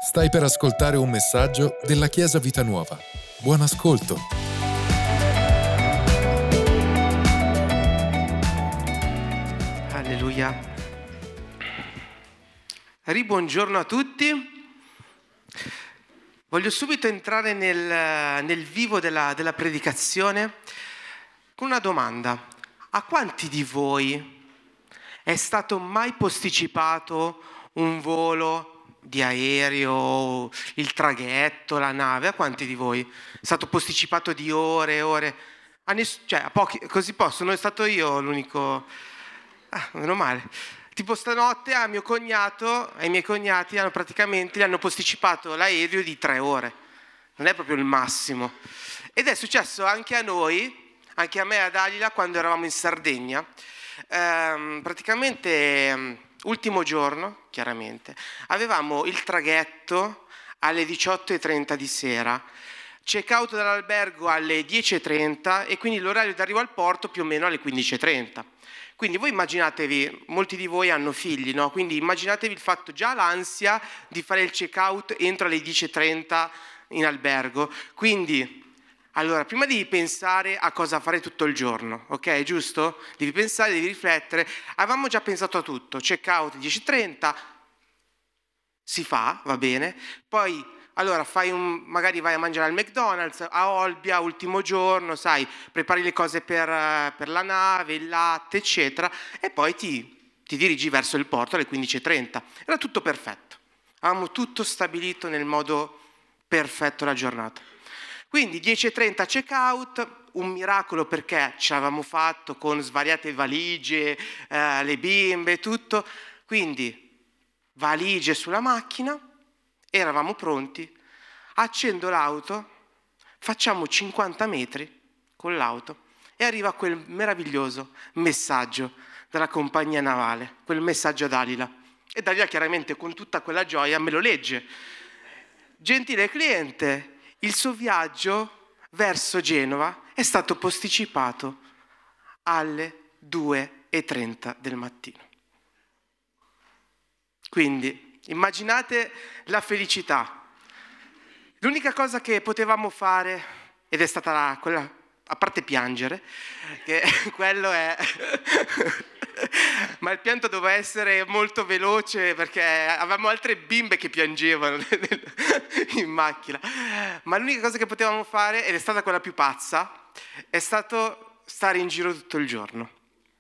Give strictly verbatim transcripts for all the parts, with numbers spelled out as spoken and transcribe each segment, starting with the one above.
Stai per ascoltare un messaggio della Chiesa Vita Nuova. Buon ascolto. Alleluia. Ribuongiorno a tutti. Voglio subito entrare nel, nel vivo della, della predicazione con una domanda. A quanti di voi è stato mai posticipato un volo di aereo, il traghetto, la nave? A quanti di voi è stato posticipato di ore e ore? A ness- cioè a pochi, così posso, non è stato io l'unico. Ah, meno male. Tipo stanotte a mio cognato, ai miei cognati hanno praticamente gli hanno posticipato l'aereo di tre ore. Non è proprio il massimo. Ed è successo anche a noi, anche a me e ad Dalila, quando eravamo in Sardegna. Ehm, praticamente ehm, ultimo giorno, chiaramente, avevamo il traghetto alle diciotto e trenta di sera, check out dall'albergo alle dieci e trenta e quindi l'orario d'arrivo al porto più o meno alle quindici e trenta. Quindi voi immaginatevi, molti di voi hanno figli, no? Quindi immaginatevi il fatto, già l'ansia di fare il check out entro alle dieci e trenta in albergo. Quindi, allora, prima devi pensare a cosa fare tutto il giorno, ok? Giusto? Devi pensare, devi riflettere. Avevamo già pensato a tutto, check out dieci e trenta, si fa, va bene. Poi, allora, fai un, magari vai a mangiare al McDonald's, a Olbia, ultimo giorno, sai, prepari le cose per, per la nave, il latte, eccetera, e poi ti, ti dirigi verso il porto alle quindici e trenta. Era tutto perfetto. Avevamo tutto stabilito nel modo perfetto la giornata. Quindi dieci e trenta check out, un miracolo perché ce l'avevamo fatto con svariate valigie, eh, le bimbe, tutto. Quindi valigie sulla macchina, eravamo pronti, accendo l'auto, facciamo cinquanta metri con l'auto e arriva quel meraviglioso messaggio della compagnia navale, quel messaggio a Dalila. E Dalila chiaramente con tutta quella gioia me lo legge. Gentile cliente, il suo viaggio verso Genova è stato posticipato alle due e trenta del mattino. Quindi immaginate la felicità. L'unica cosa che potevamo fare, ed è stata la, quella, a parte piangere, che quello è... ma il pianto doveva essere molto veloce perché avevamo altre bimbe che piangevano in macchina. Ma l'unica cosa che potevamo fare, ed è stata quella più pazza, è stato stare in giro tutto il giorno.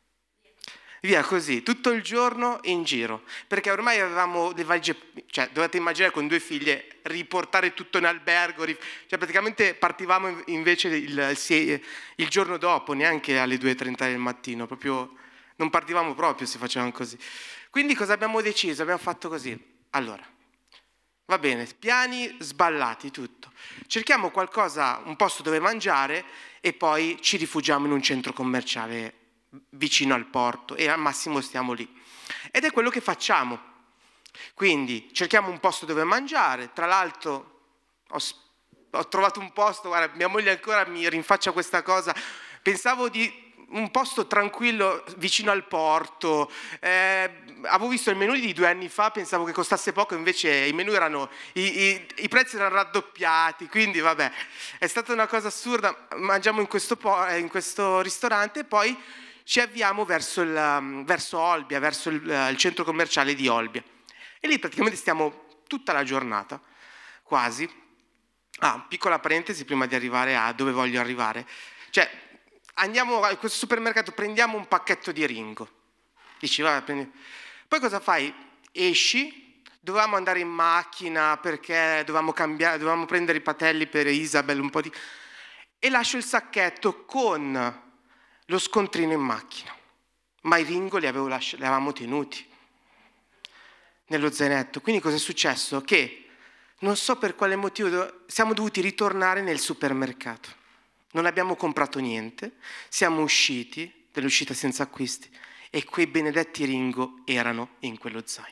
Via così, tutto il giorno in giro, perché ormai avevamo le valigie, cioè dovete immaginare con due figlie riportare tutto in albergo, cioè praticamente partivamo invece il, il, il giorno dopo, neanche alle due e trenta del mattino, proprio non partivamo proprio se facevamo così. Quindi cosa abbiamo deciso? Abbiamo fatto così, allora, va bene, piani sballati, tutto, cerchiamo qualcosa, un posto dove mangiare e poi ci rifugiamo in un centro commerciale vicino al porto e al massimo stiamo lì. Ed è quello che facciamo. Quindi cerchiamo un posto dove mangiare. Tra l'altro ho, ho trovato un posto, guarda, mia moglie ancora mi rinfaccia questa cosa, pensavo di un posto tranquillo vicino al porto. Eh, avevo visto il menù di due anni fa, pensavo che costasse poco, invece i menù erano, i, i, i prezzi erano raddoppiati, quindi vabbè, è stata una cosa assurda. Mangiamo in questo, in questo ristorante e poi ci avviamo verso, il, verso Olbia, verso il, il centro commerciale di Olbia. E lì praticamente stiamo tutta la giornata, quasi. Ah, piccola parentesi prima di arrivare a dove voglio arrivare. Cioè, andiamo a questo supermercato, prendiamo un pacchetto di Ringo. Dici, va, prendi. Poi cosa fai? Esci, dovevamo andare in macchina perché dovevamo cambiare, dovevamo prendere i patelli per Isabel, un po' di... E lascio il sacchetto con lo scontrino in macchina. Ma i Ringo li, avevo lasci- li avevamo tenuti nello zainetto. Quindi cosa è successo? Che non so per quale motivo siamo dovuti ritornare nel supermercato. Non abbiamo comprato niente, siamo usciti dell'uscita senza acquisti e quei benedetti Ringo erano in quello zaino.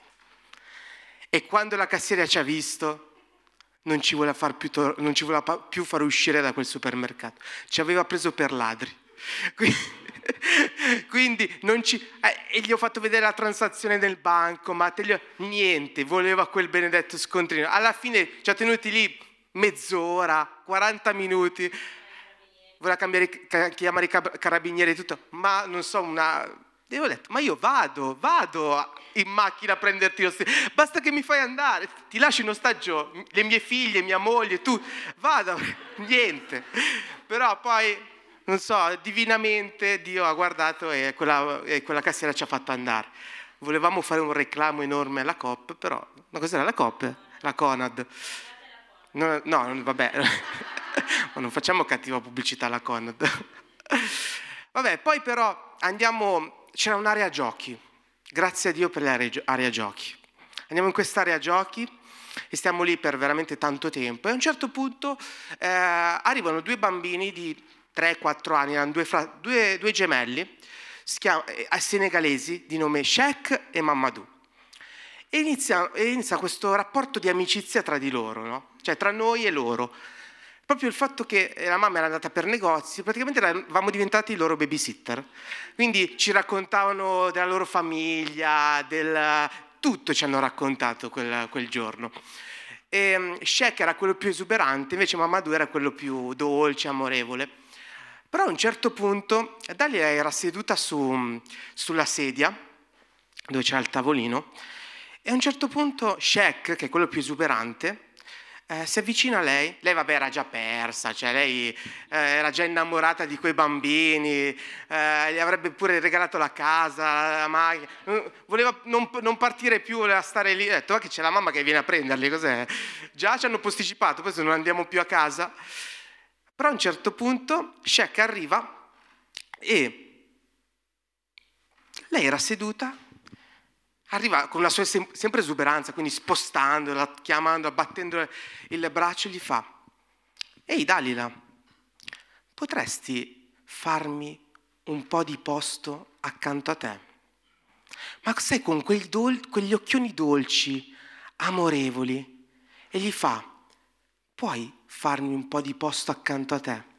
E quando la cassiera ci ha visto, non ci voleva, far più, tor- non ci voleva più far uscire da quel supermercato. Ci aveva preso per ladri. Quindi, Quindi non ci... Eh, e gli ho fatto vedere la transazione del banco, ma te li... niente, voleva quel benedetto scontrino. Alla fine ci ha tenuti lì mezz'ora, quaranta minuti, voleva cambiare, chiamare i carabinieri e tutto, ma non so, una... E ho detto, ma io vado, vado in macchina a prenderti lo ostaggio, basta che mi fai andare, ti lascio in ostaggio le mie figlie, mia moglie, tu, vado, niente. Però poi, non so, divinamente Dio ha guardato e quella, e quella cassiera ci ha fatto andare. Volevamo fare un reclamo enorme alla Coop, però, ma cos'era la Coop? La Conad. No, no vabbè, ma non facciamo cattiva pubblicità alla Conad. Vabbè, poi però andiamo... C'era un'area giochi, grazie a Dio per l'area giochi. Andiamo in quest'area giochi e stiamo lì per veramente tanto tempo. E a un certo punto eh, arrivano due bambini di tre quattro anni, erano due, fra, due, due gemelli, si chiam- eh, senegalesi, di nome Sheikh e Mamadou. E inizia, e inizia questo rapporto di amicizia tra di loro, no? Cioè tra noi e loro. Proprio il fatto che la mamma era andata per negozi, praticamente eravamo diventati i loro babysitter. Quindi ci raccontavano della loro famiglia, del... tutto ci hanno raccontato quel, quel giorno. E Sheikh era quello più esuberante, invece Mamadou era quello più dolce, amorevole. Però a un certo punto Dalia era seduta su, sulla sedia, dove c'era il tavolino, e a un certo punto Sheikh, che è quello più esuberante, Eh, si avvicina a lei, lei vabbè era già persa, cioè lei eh, era già innamorata di quei bambini, eh, gli avrebbe pure regalato la casa, la macchina, voleva non, non partire più, voleva stare lì, ha detto ma che c'è la mamma che viene a prenderli, cos'è? Già ci hanno posticipato, poi se non andiamo più a casa. Però a un certo punto Sheikh arriva e lei era seduta, arriva con la sua sem- sempre esuberanza, quindi spostandola, chiamandola, battendo il braccio, gli fa: ehi Dalila, potresti farmi un po' di posto accanto a te? Ma sai, con quel dol- quegli occhioni dolci, amorevoli, e gli fa: puoi farmi un po' di posto accanto a te?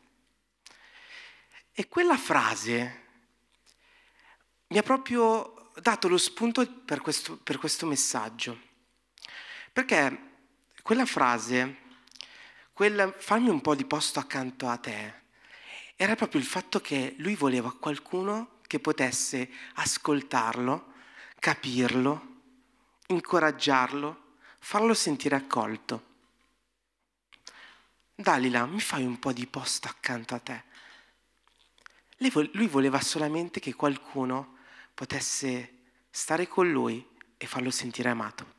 E quella frase mi ha proprio dato lo spunto per questo, per questo messaggio, perché quella frase, quel farmi un po' di posto accanto a te, era proprio il fatto che lui voleva qualcuno che potesse ascoltarlo, capirlo, incoraggiarlo, farlo sentire accolto. Dalila, mi fai un po' di posto accanto a te? Lui voleva solamente che qualcuno potesse stare con lui e farlo sentire amato.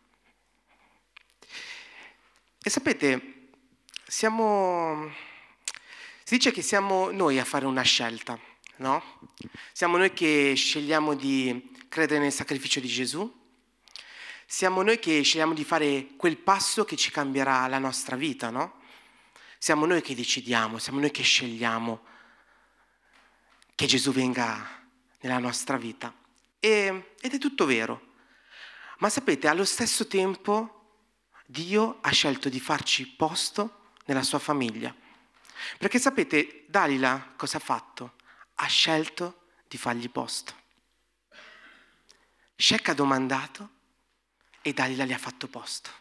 E sapete, siamo, si dice che siamo noi a fare una scelta, no? Siamo noi che scegliamo di credere nel sacrificio di Gesù, siamo noi che scegliamo di fare quel passo che ci cambierà la nostra vita, no? Siamo noi che decidiamo, siamo noi che scegliamo che Gesù venga nella nostra vita. E, ed è tutto vero. Ma sapete, allo stesso tempo Dio ha scelto di farci posto nella sua famiglia. Perché sapete, Dalila cosa ha fatto? Ha scelto di fargli posto. Sheikh ha domandato e Dalila gli ha fatto posto.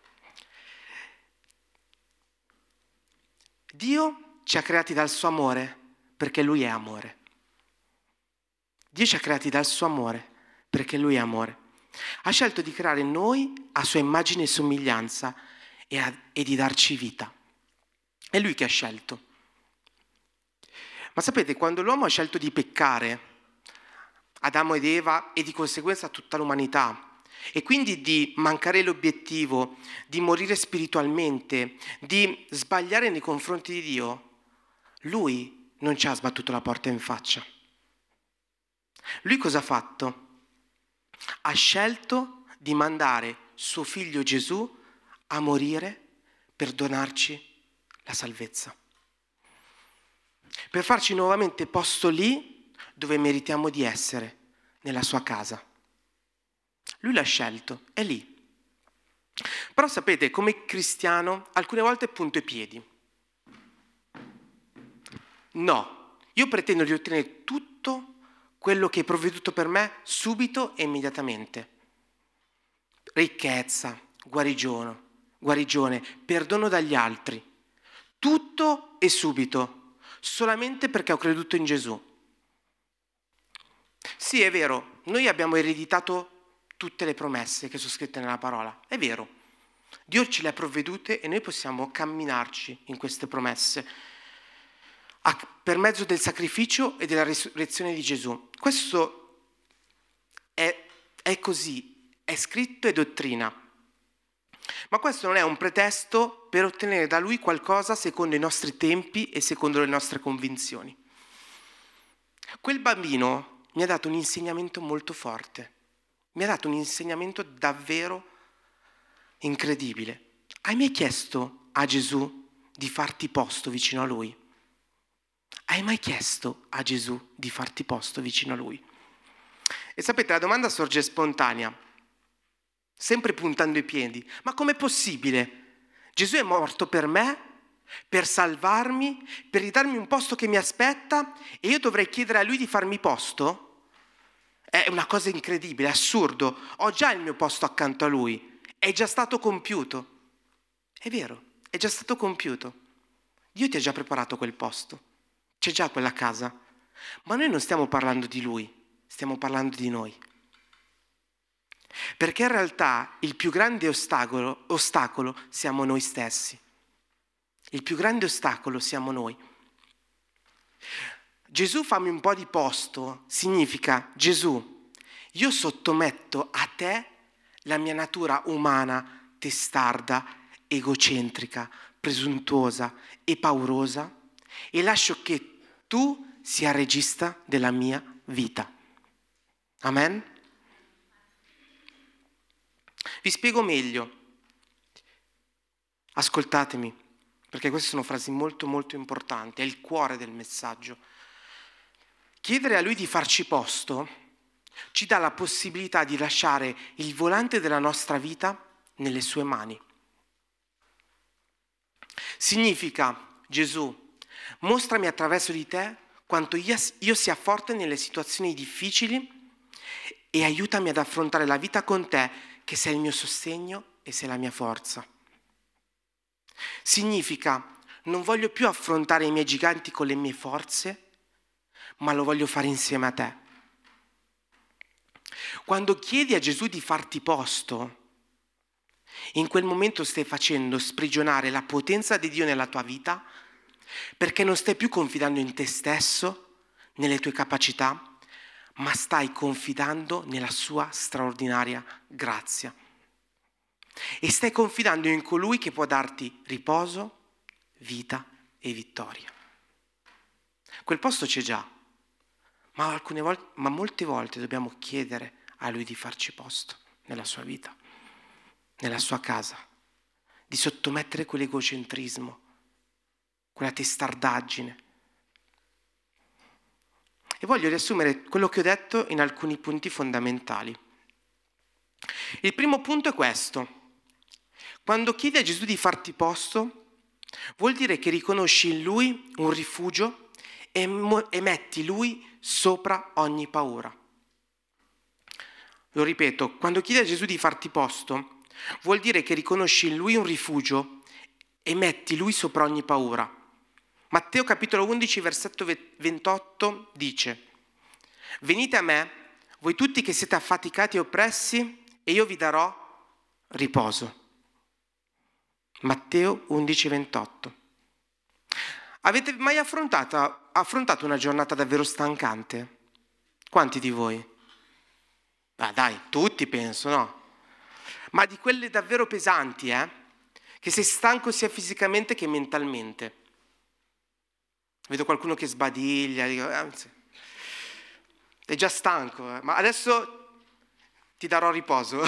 Dio ci ha creati dal suo amore perché Lui è amore. Dio ci ha creati dal suo amore perché Lui è amore. Ha scelto di creare noi a sua immagine e somiglianza e, a, e di darci vita. È Lui che ha scelto. Ma sapete, quando l'uomo ha scelto di peccare, Adamo ed Eva, e di conseguenza tutta l'umanità, e quindi di mancare l'obiettivo, di morire spiritualmente, di sbagliare nei confronti di Dio, Lui non ci ha sbattuto la porta in faccia. Lui cosa ha fatto? Ha scelto di mandare suo figlio Gesù a morire per donarci la salvezza. Per farci nuovamente posto lì dove meritiamo di essere, nella sua casa. Lui l'ha scelto, è lì. Però sapete, come cristiano, alcune volte punto i piedi. No, io pretendo di ottenere tutto quello che hai provveduto per me subito e immediatamente. Ricchezza, guarigione, guarigione, perdono dagli altri. Tutto e subito, solamente perché ho creduto in Gesù. Sì, è vero, noi abbiamo ereditato tutte le promesse che sono scritte nella parola, è vero. Dio ce le ha provvedute e noi possiamo camminarci in queste promesse per mezzo del sacrificio e della risurrezione di Gesù. Questo è, è così, è scritto e dottrina. Ma questo non è un pretesto per ottenere da Lui qualcosa secondo i nostri tempi e secondo le nostre convinzioni. Quel bambino mi ha dato un insegnamento molto forte, mi ha dato un insegnamento davvero incredibile. Hai mai chiesto a Gesù di farti posto vicino a Lui? Hai mai chiesto a Gesù di farti posto vicino a Lui? E sapete, la domanda sorge spontanea, sempre puntando i piedi. Ma com'è possibile? Gesù è morto per me, per salvarmi, per ridarmi un posto che mi aspetta e io dovrei chiedere a Lui di farmi posto? È una cosa incredibile, assurdo. Ho già il mio posto accanto a Lui. È già stato compiuto. È vero, è già stato compiuto. Dio ti ha già preparato quel posto. C'è già quella casa. Ma noi non stiamo parlando di Lui, stiamo parlando di noi. Perché in realtà il più grande ostacolo, ostacolo siamo noi stessi. Il più grande ostacolo siamo noi. Gesù fammi un po' di posto significa Gesù, io sottometto a te la mia natura umana, testarda, egocentrica, presuntuosa e paurosa e lascio che tu sia regista della mia vita. Amen? Vi spiego meglio. Ascoltatemi, perché queste sono frasi molto molto importanti, è il cuore del messaggio. Chiedere a Lui di farci posto ci dà la possibilità di lasciare il volante della nostra vita nelle sue mani. Significa, Gesù, mostrami attraverso di te quanto io, io sia forte nelle situazioni difficili e aiutami ad affrontare la vita con te, che sei il mio sostegno e sei la mia forza. Significa, non voglio più affrontare i miei giganti con le mie forze, ma lo voglio fare insieme a te. Quando chiedi a Gesù di farti posto, in quel momento stai facendo sprigionare la potenza di Dio nella tua vita, perché non stai più confidando in te stesso, nelle tue capacità, ma stai confidando nella sua straordinaria grazia. E stai confidando in colui che può darti riposo, vita e vittoria. Quel posto c'è già, ma alcune volte, ma molte volte dobbiamo chiedere a Lui di farci posto nella sua vita, nella sua casa, di sottomettere quell'egocentrismo, quella testardaggine. E voglio riassumere quello che ho detto in alcuni punti fondamentali. Il primo punto è questo. Quando chiedi a Gesù di farti posto, vuol dire che riconosci in Lui un rifugio e, mo- e metti Lui sopra ogni paura. Lo ripeto, quando chiedi a Gesù di farti posto, vuol dire che riconosci in Lui un rifugio e metti Lui sopra ogni paura. Matteo capitolo undici, versetto ventotto dice: venite a me, voi tutti che siete affaticati e oppressi, e io vi darò riposo. Matteo undici, ventotto. Avete mai affrontato, affrontato una giornata davvero stancante? Quanti di voi? Ah, dai, tutti penso, no? Ma di quelle davvero pesanti, eh? Che sei stanco sia fisicamente che mentalmente. Vedo qualcuno che sbadiglia, dico, anzi, è già stanco, eh? Ma adesso ti darò riposo.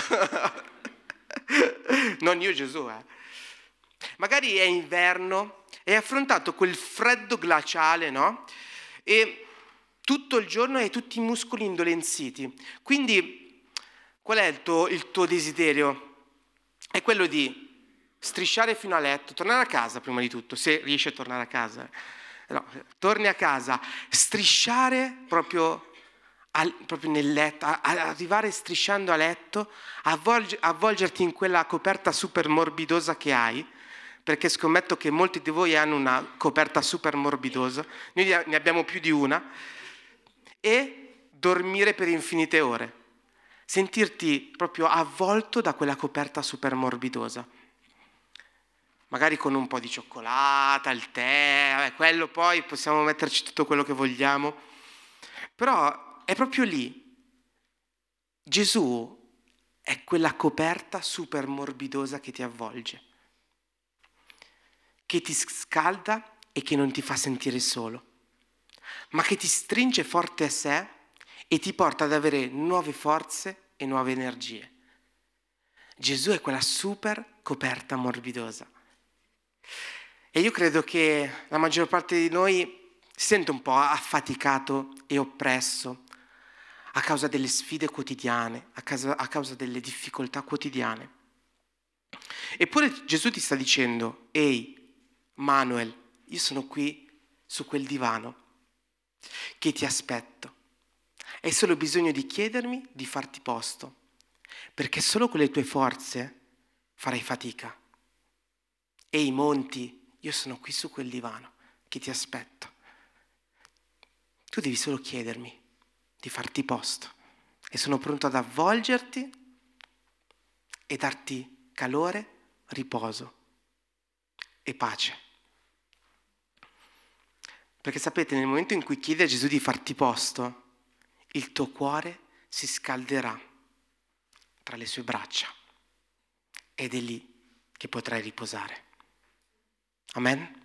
Non io Gesù, eh. Magari è inverno e hai affrontato quel freddo glaciale, no? E tutto il giorno hai tutti i muscoli indolenziti. Quindi qual è il tuo, il tuo desiderio? È quello di strisciare fino a letto, tornare a casa prima di tutto, se riesci a tornare a casa. No, torni a casa, strisciare proprio al, proprio nel letto, a, a arrivare strisciando a letto, avvolg- avvolgerti in quella coperta super morbidosa che hai, perché scommetto che molti di voi hanno una coperta super morbidosa, noi ne abbiamo più di una, e dormire per infinite ore, sentirti proprio avvolto da quella coperta super morbidosa, magari con un po' di cioccolata, il tè, vabbè, quello poi possiamo metterci tutto quello che vogliamo, però è proprio lì. Gesù è quella coperta super morbidosa che ti avvolge, che ti scalda e che non ti fa sentire solo, ma che ti stringe forte a sé e ti porta ad avere nuove forze e nuove energie. Gesù è quella super coperta morbidosa. E io credo che la maggior parte di noi si sente un po' affaticato e oppresso a causa delle sfide quotidiane, a causa, a causa delle difficoltà quotidiane. Eppure Gesù ti sta dicendo: ehi, Manuel, io sono qui su quel divano che ti aspetto. Hai solo bisogno di chiedermi di farti posto, perché solo con le tue forze farai fatica. Ehi, monti, io sono qui su quel divano che ti aspetto. Tu devi solo chiedermi di farti posto e sono pronto ad avvolgerti e darti calore, riposo e pace. Perché sapete, nel momento in cui chiedi a Gesù di farti posto, il tuo cuore si scalderà tra le sue braccia ed è lì che potrai riposare. Amen?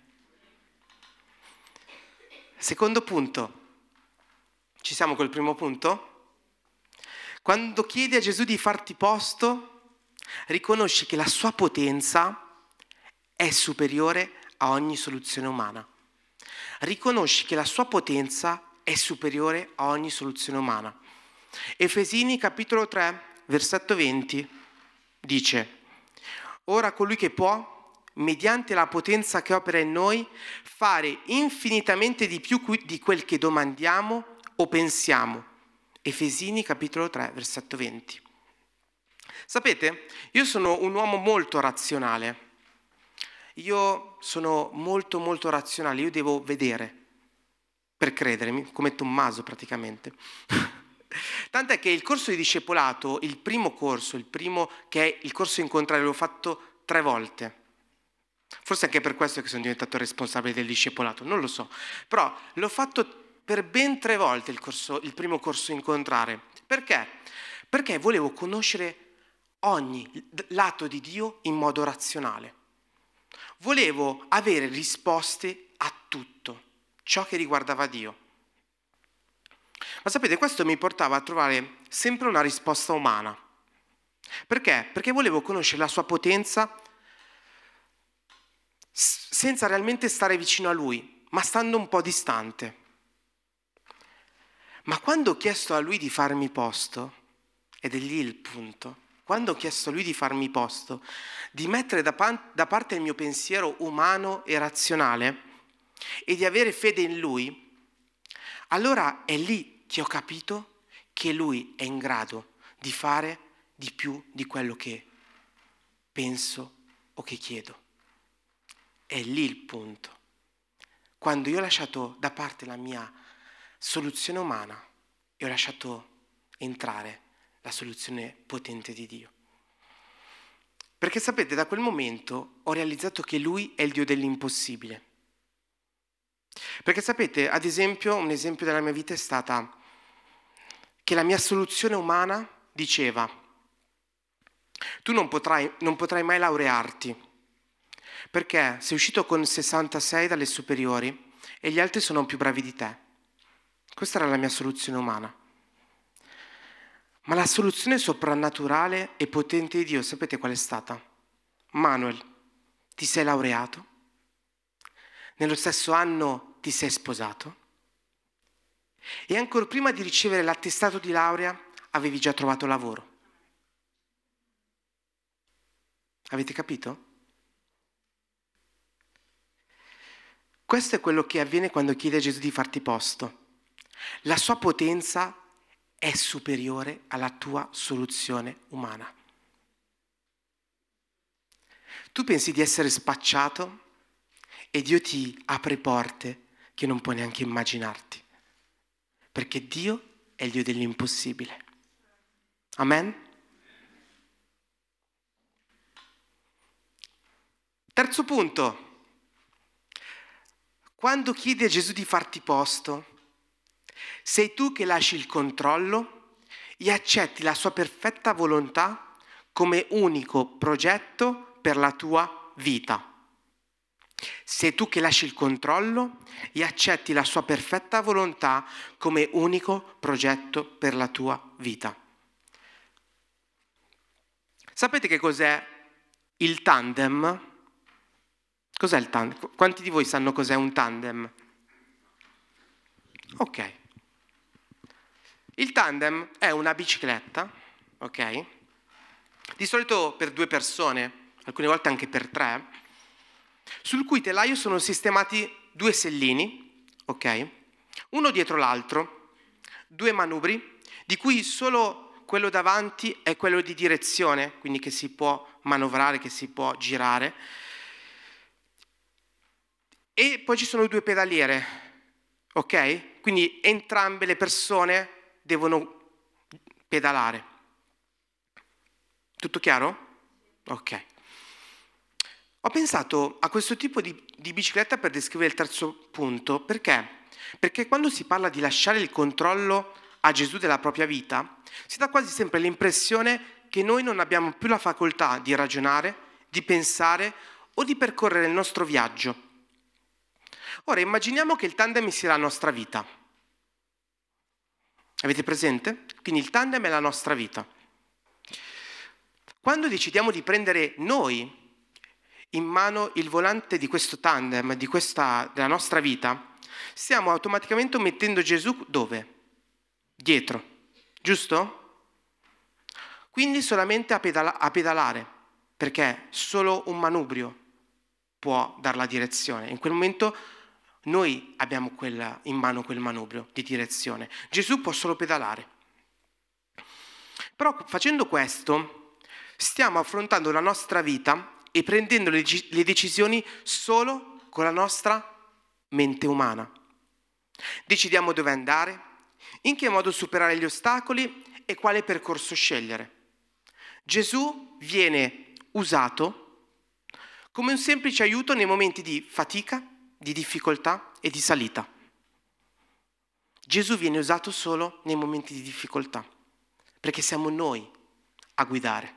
Secondo punto. Ci siamo col primo punto? Quando chiedi a Gesù di farti posto, riconosci che la sua potenza è superiore a ogni soluzione umana. Riconosci che la sua potenza è superiore a ogni soluzione umana. Efesini capitolo tre, versetto venti dice: ora colui che può, mediante la potenza che opera in noi, fare infinitamente di più di quel che domandiamo o pensiamo. Efesini capitolo tre, versetto venti. Sapete, io sono un uomo molto razionale. Io sono molto molto razionale, io devo vedere per credere, mi commetto un maso praticamente. Tant'è che il corso di discepolato, il primo corso, il primo che è il corso incontrare, l'ho fatto tre volte. Forse anche per questo che sono diventato responsabile del discepolato, non lo so. Però l'ho fatto per ben tre volte il, corso, il primo corso incontrare. Perché? Perché volevo conoscere ogni lato di Dio in modo razionale. Volevo avere risposte a tutto ciò che riguardava Dio. Ma sapete, questo mi portava a trovare sempre una risposta umana. Perché? Perché volevo conoscere la sua potenza senza realmente stare vicino a Lui, ma stando un po' distante. Ma quando ho chiesto a Lui di farmi posto, ed è lì il punto, quando ho chiesto a Lui di farmi posto, di mettere da, pan- da parte il mio pensiero umano e razionale e di avere fede in Lui, allora è lì che ho capito che Lui è in grado di fare di più di quello che penso o che chiedo. È lì il punto. Quando io ho lasciato da parte la mia soluzione umana e ho lasciato entrare la soluzione potente di Dio. Perché sapete, da quel momento ho realizzato che Lui è il Dio dell'impossibile. Perché sapete, ad esempio, un esempio della mia vita è stata che la mia soluzione umana diceva: tu non potrai, non potrai mai laurearti, perché sei uscito con sessantasei dalle superiori e gli altri sono più bravi di te. Questa era la mia soluzione umana. Ma la soluzione soprannaturale e potente di Dio, sapete qual è stata? Manuel, ti sei laureato, nello stesso anno ti sei sposato e ancora prima di ricevere l'attestato di laurea avevi già trovato lavoro. Avete capito? Questo è quello che avviene quando chiedi a Gesù di farti posto. La sua potenza è superiore alla tua soluzione umana. Tu pensi di essere spacciato e Dio ti apre porte che non puoi neanche immaginarti, perché Dio è il Dio dell'impossibile. Amen? Terzo punto. Quando chiedi a Gesù di farti posto, sei tu che lasci il controllo e accetti la sua perfetta volontà come unico progetto per la tua vita. Sei tu che lasci il controllo e accetti la sua perfetta volontà come unico progetto per la tua vita. Sapete che cos'è il tandem? Cos'è il tandem? Quanti di voi sanno cos'è un tandem? Ok. Il tandem è una bicicletta, ok? Di solito per due persone, alcune volte anche per tre, sul cui telaio sono sistemati due sellini, ok? Uno dietro l'altro, due manubri, di cui solo quello davanti è quello di direzione, quindi che si può manovrare, che si può girare. E poi ci sono due pedaliere, ok? Quindi entrambe le persone devono pedalare. Tutto chiaro? Ok. Ho pensato a questo tipo di, di bicicletta per descrivere il terzo punto. Perché? Perché quando si parla di lasciare il controllo a Gesù della propria vita, si dà quasi sempre l'impressione che noi non abbiamo più la facoltà di ragionare, di pensare o di percorrere il nostro viaggio. Ora immaginiamo che il tandem sia la nostra vita. Avete presente? Quindi il tandem è la nostra vita. Quando decidiamo di prendere noi in mano il volante di questo tandem, di questa, della nostra vita, stiamo automaticamente mettendo Gesù dove? Dietro, giusto? Quindi solamente a, pedala- a pedalare, perché solo un manubrio può dar la direzione. In quel momento noi abbiamo quella, in mano quel manubrio di direzione. Gesù può solo pedalare. Però facendo questo stiamo affrontando la nostra vita e prendendo le, le decisioni solo con la nostra mente umana. Decidiamo dove andare, in che modo superare gli ostacoli e quale percorso scegliere. Gesù viene usato come un semplice aiuto nei momenti di fatica, di difficoltà e di salita. Gesù viene usato solo nei momenti di difficoltà, perché siamo noi a guidare.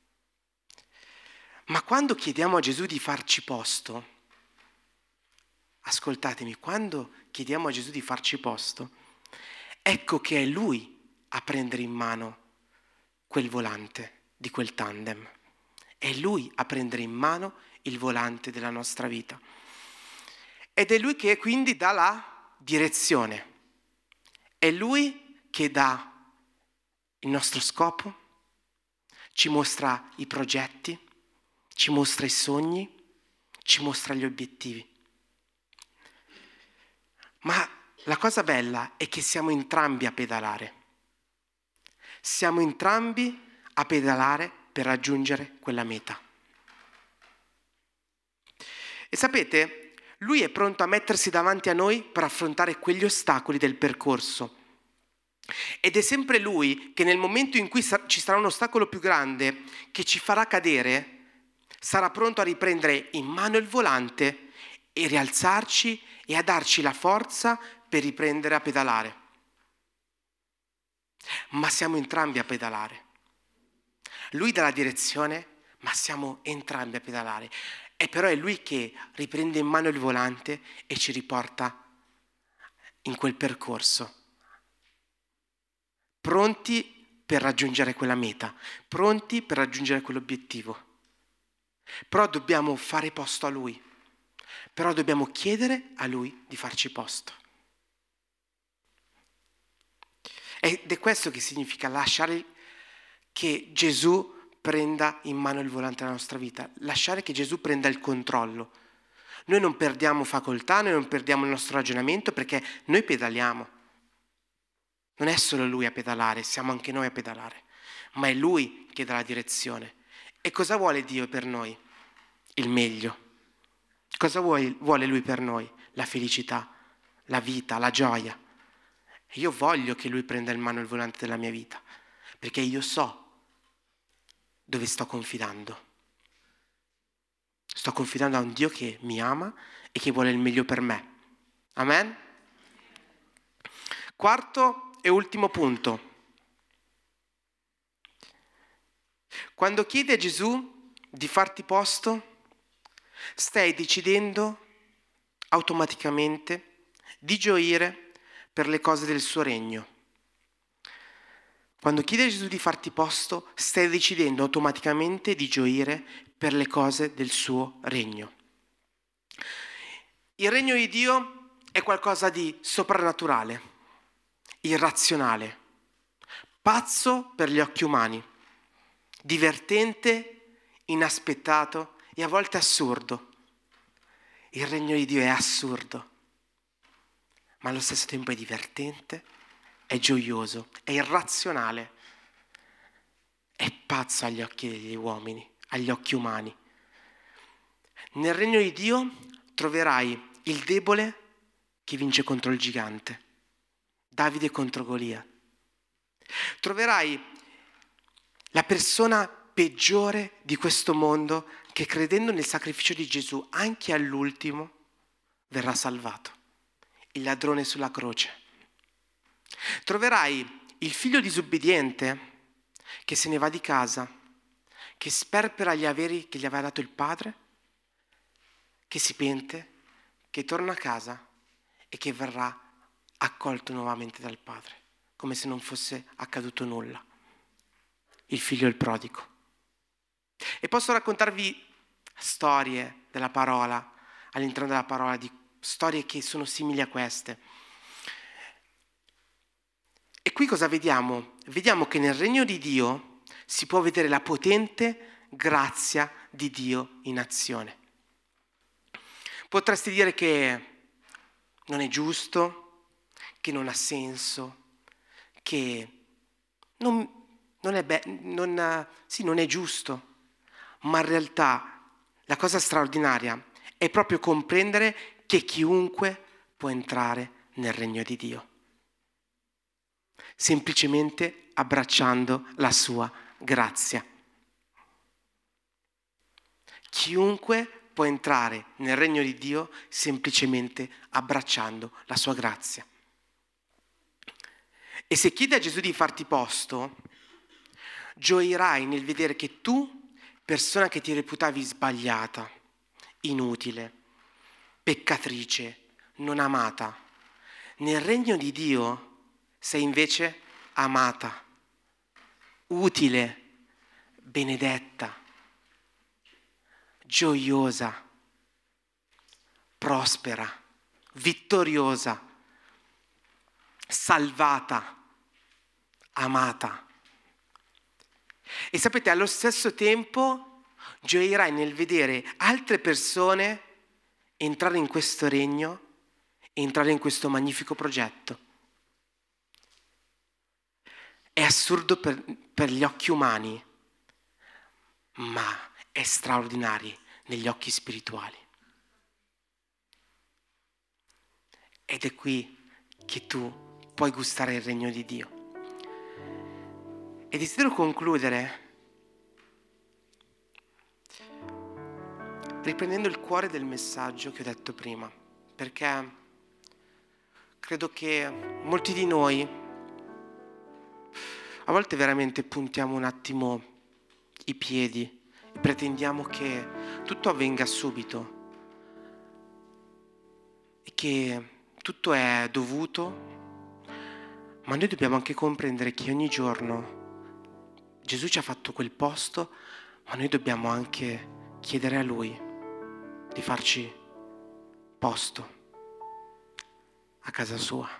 Ma quando chiediamo a Gesù di farci posto, ascoltatemi, quando chiediamo a Gesù di farci posto, ecco che è Lui a prendere in mano quel volante di quel tandem. È Lui a prendere in mano il volante della nostra vita. Ed è Lui che quindi dà la direzione. È Lui che dà il nostro scopo, ci mostra i progetti, ci mostra i sogni, ci mostra gli obiettivi. Ma la cosa bella è che siamo entrambi a pedalare. Siamo entrambi a pedalare per raggiungere quella meta. E sapete, Lui è pronto a mettersi davanti a noi per affrontare quegli ostacoli del percorso. Ed è sempre Lui che nel momento in cui ci sarà un ostacolo più grande che ci farà cadere, sarà pronto a riprendere in mano il volante e rialzarci e a darci la forza per riprendere a pedalare. Ma siamo entrambi a pedalare. Lui dà la direzione, ma siamo entrambi a pedalare. E però è Lui che riprende in mano il volante e ci riporta in quel percorso. Pronti per raggiungere quella meta, pronti per raggiungere quell'obiettivo. Però dobbiamo fare posto a Lui. Però dobbiamo chiedere a Lui di farci posto. Ed è questo che significa lasciare che Gesù prenda in mano il volante della nostra vita, lasciare che Gesù prenda il controllo. Noi non perdiamo facoltà, noi non perdiamo il nostro ragionamento perché noi pedaliamo. Non è solo Lui a pedalare, siamo anche noi a pedalare, ma è Lui che dà la direzione. E cosa vuole Dio per noi? Il meglio. Cosa vuole, vuole Lui per noi? La felicità, la vita, la gioia. E io voglio che Lui prenda in mano il volante della mia vita, perché io so dove sto confidando. Sto confidando a un Dio che mi ama e che vuole il meglio per me. Amen? Quarto e ultimo punto. Quando chiedi a Gesù di farti posto, stai decidendo automaticamente di gioire per le cose del suo regno. Quando chiedi a Gesù di farti posto, stai decidendo automaticamente di gioire per le cose del suo regno. Il regno di Dio è qualcosa di soprannaturale, irrazionale, pazzo per gli occhi umani, divertente, inaspettato e a volte assurdo. Il regno di Dio è assurdo, ma allo stesso tempo è divertente, è gioioso, è irrazionale, è pazzo agli occhi degli uomini, agli occhi umani. Nel regno di Dio troverai il debole che vince contro il gigante, Davide contro Golia. Troverai la persona peggiore di questo mondo che, credendo nel sacrificio di Gesù anche all'ultimo, verrà salvato, il ladrone sulla croce. Troverai il figlio disobbediente che se ne va di casa, che sperpera gli averi che gli aveva dato il padre, che si pente, che torna a casa e che verrà accolto nuovamente dal padre, come se non fosse accaduto nulla. Il figlio il prodigo. E posso raccontarvi storie della parola, all'interno della parola, di storie che sono simili a queste. E qui cosa vediamo? Vediamo che nel regno di Dio si può vedere la potente grazia di Dio in azione. Potresti dire che non è giusto, che non ha senso, che non, non, è, be- non, sì, non è giusto, ma in realtà la cosa straordinaria è proprio comprendere che chiunque può entrare nel regno di Dio, semplicemente abbracciando la sua grazia. Chiunque può entrare nel regno di Dio semplicemente abbracciando la sua grazia. E se chiedi a Gesù di farti posto, gioirai nel vedere che tu, persona che ti reputavi sbagliata, inutile, peccatrice, non amata, nel regno di Dio sei invece amata, utile, benedetta, gioiosa, prospera, vittoriosa, salvata, amata. E sapete, allo stesso tempo gioirai nel vedere altre persone entrare in questo regno, entrare in questo magnifico progetto. È assurdo per, per gli occhi umani, ma è straordinario negli occhi spirituali. Ed è qui che tu puoi gustare il regno di Dio. E desidero concludere riprendendo il cuore del messaggio che ho detto prima, perché credo che molti di noi a volte veramente puntiamo un attimo i piedi e pretendiamo che tutto avvenga subito e che tutto è dovuto, ma noi dobbiamo anche comprendere che ogni giorno Gesù ci ha fatto quel posto, ma noi dobbiamo anche chiedere a Lui di farci posto a casa sua.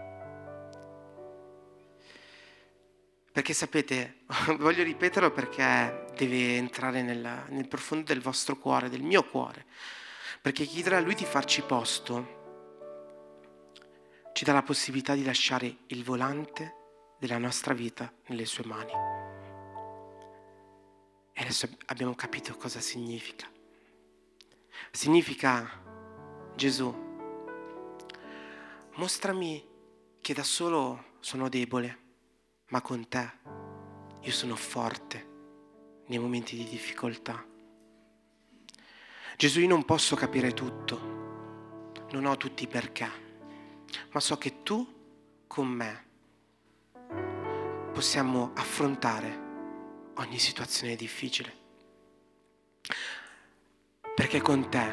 Perché sapete, voglio ripeterlo perché deve entrare nel, nel profondo del vostro cuore, del mio cuore. Perché chiedere a Lui di farci posto ci dà la possibilità di lasciare il volante della nostra vita nelle sue mani. E adesso abbiamo capito cosa significa. Significa: Gesù, mostrami che da solo sono debole, ma con te io sono forte nei momenti di difficoltà. Gesù, io non posso capire tutto, non ho tutti i perché, ma so che tu con me possiamo affrontare ogni situazione difficile, perché con te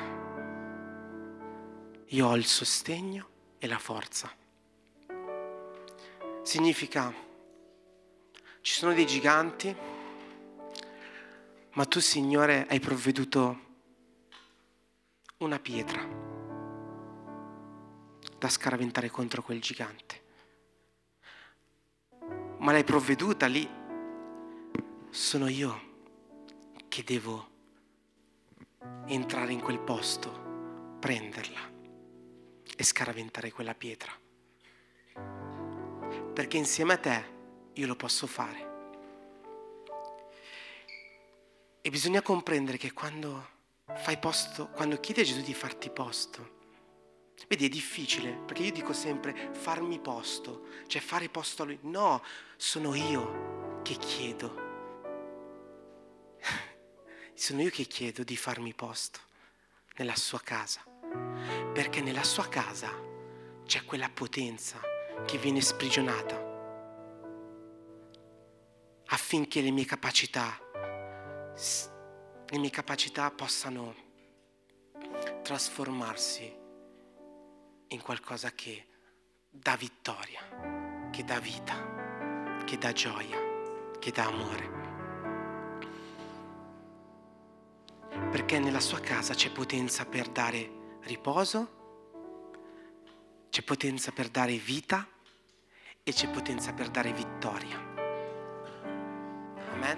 io ho il sostegno e la forza. Significa: ci sono dei giganti, ma tu, Signore, hai provveduto una pietra da scaraventare contro quel gigante. Ma l'hai provveduta lì. Sono io che devo entrare in quel posto, prenderla e scaraventare quella pietra. Perché insieme a te io lo posso fare. E bisogna comprendere che quando fai posto, quando chiedi a Gesù di farti posto, vedi, è difficile, perché io dico sempre farmi posto, cioè fare posto a Lui. No, sono io che chiedo. Sono io che chiedo di farmi posto nella sua casa, perché nella sua casa c'è quella potenza che viene sprigionata affinché le mie capacità, le mie capacità possano trasformarsi in qualcosa che dà vittoria, che dà vita, che dà gioia, che dà amore. Perché nella sua casa c'è potenza per dare riposo, c'è potenza per dare vita e c'è potenza per dare vittoria. Amen.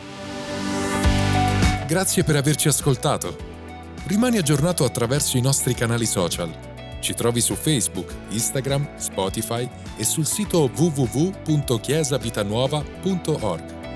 Grazie per averci ascoltato. Rimani aggiornato attraverso i nostri canali social. Ci trovi su Facebook, Instagram, Spotify e sul sito w w w punto chiesa vitanuova punto org.